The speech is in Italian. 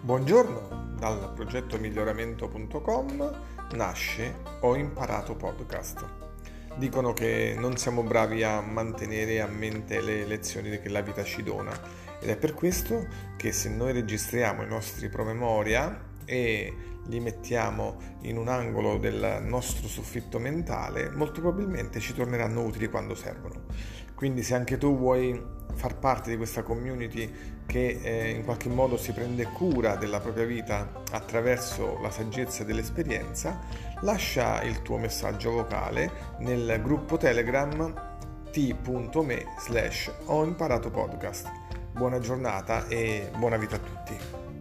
Buongiorno, dal progetto miglioramento.com nasce Ho imparato podcast. Dicono che non siamo bravi a mantenere a mente le lezioni che la vita ci dona ed è per questo che se noi registriamo i nostri promemoria e li mettiamo in un angolo del nostro soffitto mentale, molto probabilmente ci torneranno utili quando servono. Quindi se anche tu vuoi far parte di questa community che in qualche modo si prende cura della propria vita attraverso la saggezza dell'esperienza, lascia il tuo messaggio vocale nel gruppo Telegram t.me/ho imparato podcast. Buona giornata e buona vita a tutti.